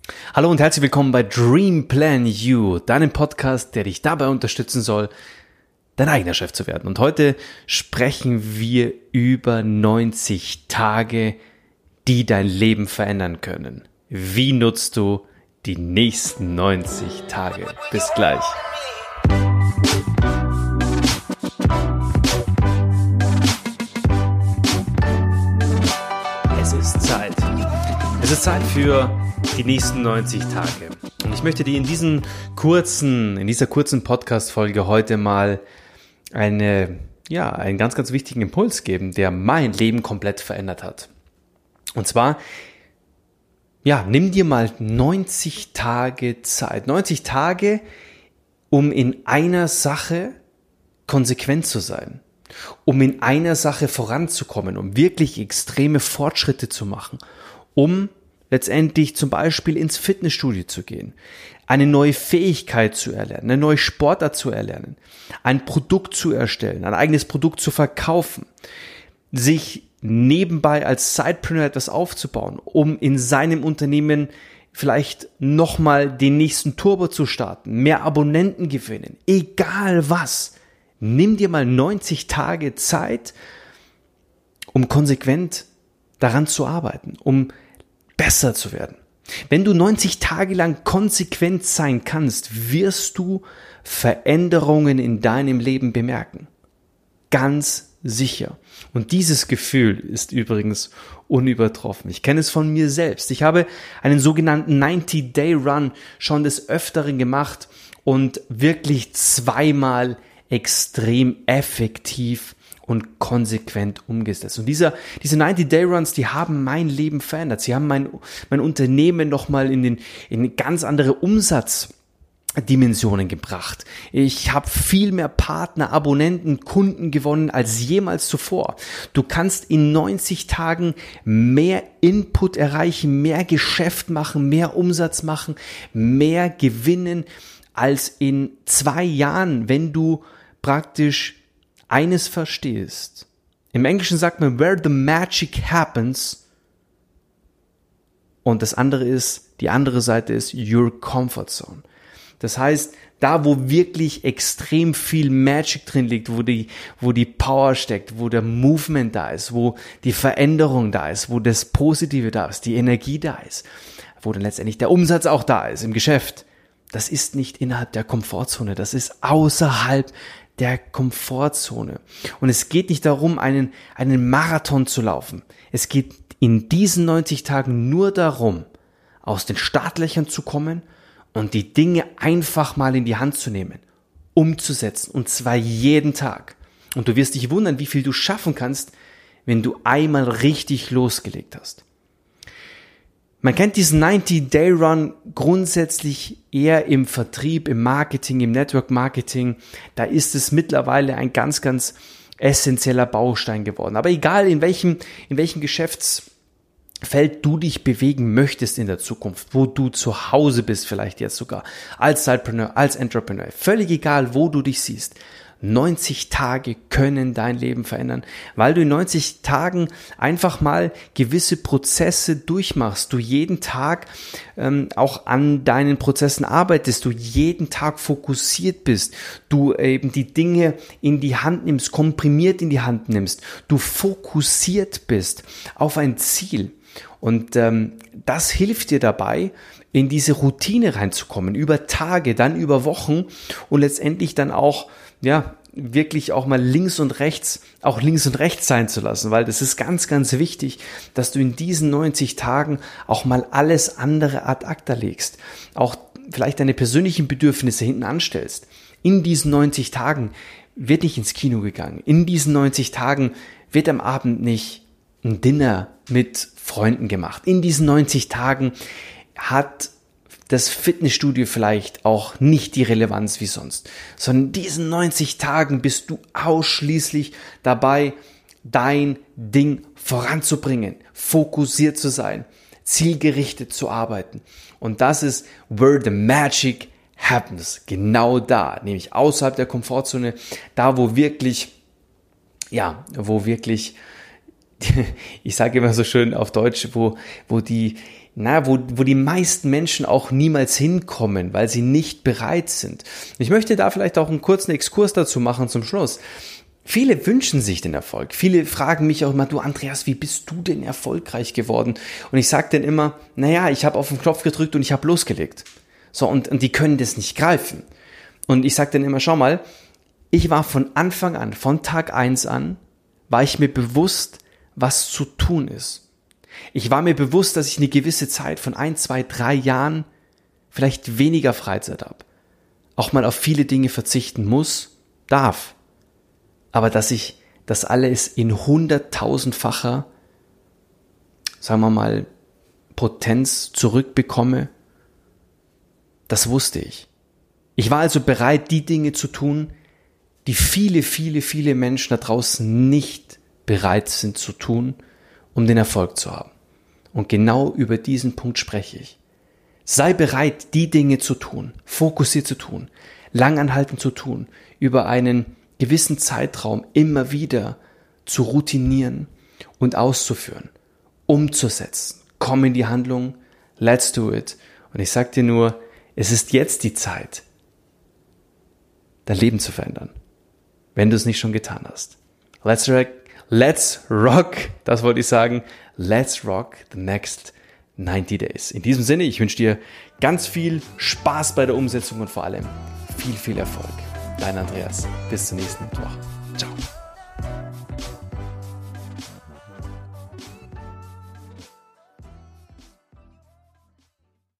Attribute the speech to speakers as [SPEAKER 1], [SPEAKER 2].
[SPEAKER 1] Hallo und herzlich willkommen bei Dream Plan You, deinem Podcast, der dich dabei unterstützen soll, dein eigener Chef zu werden. Und heute sprechen wir über 90 Tage, die dein Leben verändern können. Wie nutzt du die nächsten 90 Tage? Bis gleich. Es ist Zeit. Es ist Zeit für die nächsten 90 Tage. Und ich möchte dir in dieser kurzen Podcast-Folge heute mal einen ganz, ganz wichtigen Impuls geben, der mein Leben komplett verändert hat. Und zwar, nimm dir mal 90 Tage Zeit. 90 Tage, um in einer Sache konsequent zu sein. Um in einer Sache voranzukommen, um wirklich extreme Fortschritte zu machen. Um letztendlich zum Beispiel ins Fitnessstudio zu gehen, eine neue Fähigkeit zu erlernen, eine neue Sportart zu erlernen, ein Produkt zu erstellen, ein eigenes Produkt zu verkaufen, sich nebenbei als Sidepreneur etwas aufzubauen, um in seinem Unternehmen vielleicht nochmal den nächsten Turbo zu starten, mehr Abonnenten gewinnen, egal was. Nimm dir mal 90 Tage Zeit, um konsequent daran zu arbeiten, um besser zu werden. Wenn du 90 Tage lang konsequent sein kannst, wirst du Veränderungen in deinem Leben bemerken. Ganz sicher. Und dieses Gefühl ist übrigens unübertroffen. Ich kenne es von mir selbst. Ich habe einen sogenannten 90-Day-Run schon des Öfteren gemacht und wirklich zweimal extrem effektiv und konsequent umgesetzt. Und diese 90-Day-Runs, die haben mein Leben verändert. Sie haben mein Unternehmen nochmal in ganz andere Umsatzdimensionen gebracht. Ich habe viel mehr Partner, Abonnenten, Kunden gewonnen als jemals zuvor. Du kannst in 90 Tagen mehr Input erreichen, mehr Geschäft machen, mehr Umsatz machen, mehr gewinnen als in 2 Jahren, wenn du praktisch eines verstehst. Im Englischen sagt man, where the magic happens. Und die andere Seite ist your comfort zone. Das heißt, da wo wirklich extrem viel Magic drin liegt, wo die Power steckt, wo der Movement da ist, wo die Veränderung da ist, wo das Positive da ist, die Energie da ist, wo dann letztendlich der Umsatz auch da ist im Geschäft. Das ist nicht innerhalb der Komfortzone, das ist außerhalb der Komfortzone. Und es geht nicht darum, einen Marathon zu laufen. Es geht in diesen 90 Tagen nur darum, aus den Startlöchern zu kommen und die Dinge einfach mal in die Hand zu nehmen, umzusetzen, und zwar jeden Tag. Und du wirst dich wundern, wie viel du schaffen kannst, wenn du einmal richtig losgelegt hast. Man kennt diesen 90-Day-Run grundsätzlich eher im Vertrieb, im Marketing, im Network-Marketing. Da ist es mittlerweile ein ganz, ganz essentieller Baustein geworden. Aber egal, in welchem Geschäftsfeld du dich bewegen möchtest in der Zukunft, wo du zu Hause bist, vielleicht jetzt sogar als Sidepreneur, als Entrepreneur, völlig egal, wo du dich siehst. 90 Tage können dein Leben verändern, weil du in 90 Tagen einfach mal gewisse Prozesse durchmachst, du jeden Tag auch an deinen Prozessen arbeitest, du jeden Tag fokussiert bist, du eben die Dinge in die Hand nimmst, komprimiert in die Hand nimmst, du fokussiert bist auf ein Ziel. Und das hilft dir dabei, in diese Routine reinzukommen, über Tage, dann über Wochen und letztendlich dann auch wirklich auch mal links und rechts sein zu lassen, weil das ist ganz, ganz wichtig, dass du in diesen 90 Tagen auch mal alles andere ad acta legst, auch vielleicht deine persönlichen Bedürfnisse hinten anstellst. In diesen 90 Tagen wird nicht ins Kino gegangen. In diesen 90 Tagen wird am Abend nicht ein Dinner mit Freunden gemacht. In diesen 90 Tagen hat das Fitnessstudio vielleicht auch nicht die Relevanz wie sonst, sondern in diesen 90 Tagen bist du ausschließlich dabei, dein Ding voranzubringen, fokussiert zu sein, zielgerichtet zu arbeiten. Und das ist where the magic happens, genau da, nämlich außerhalb der Komfortzone, da wo wirklich, ich sage immer so schön auf Deutsch, wo die wo die meisten Menschen auch niemals hinkommen, weil sie nicht bereit sind. Ich möchte da vielleicht auch einen kurzen Exkurs dazu machen zum Schluss. Viele wünschen sich den Erfolg. Viele fragen mich auch immer, du Andreas, wie bist du denn erfolgreich geworden? Und ich sage dann immer, ich habe auf den Knopf gedrückt und ich habe losgelegt. So, und die können das nicht greifen. Und ich sage dann immer, schau mal, ich war von Anfang an, von Tag 1 an, war ich mir bewusst, was zu tun ist. Ich war mir bewusst, dass ich eine gewisse Zeit von 1, 2, 3 Jahren vielleicht weniger Freizeit habe. Auch mal auf viele Dinge verzichten muss, darf. Aber dass ich das alles in 100.000-facher, sagen wir mal, Potenz zurückbekomme, das wusste ich. Ich war also bereit, die Dinge zu tun, die viele, viele, viele Menschen da draußen nicht bereit sind zu tun, um den Erfolg zu haben. Und genau über diesen Punkt spreche ich. Sei bereit, die Dinge zu tun, fokussiert zu tun, langanhaltend zu tun, über einen gewissen Zeitraum immer wieder zu routinieren und auszuführen, umzusetzen. Komm in die Handlung, let's do it. Und ich sage dir nur, es ist jetzt die Zeit, dein Leben zu verändern, wenn du es nicht schon getan hast. Let's rock, das wollte ich sagen, let's rock the next 90 days. In diesem Sinne, ich wünsche dir ganz viel Spaß bei der Umsetzung und vor allem viel, viel Erfolg. Dein Andreas. Bis zum nächsten Mittwoch. Ciao.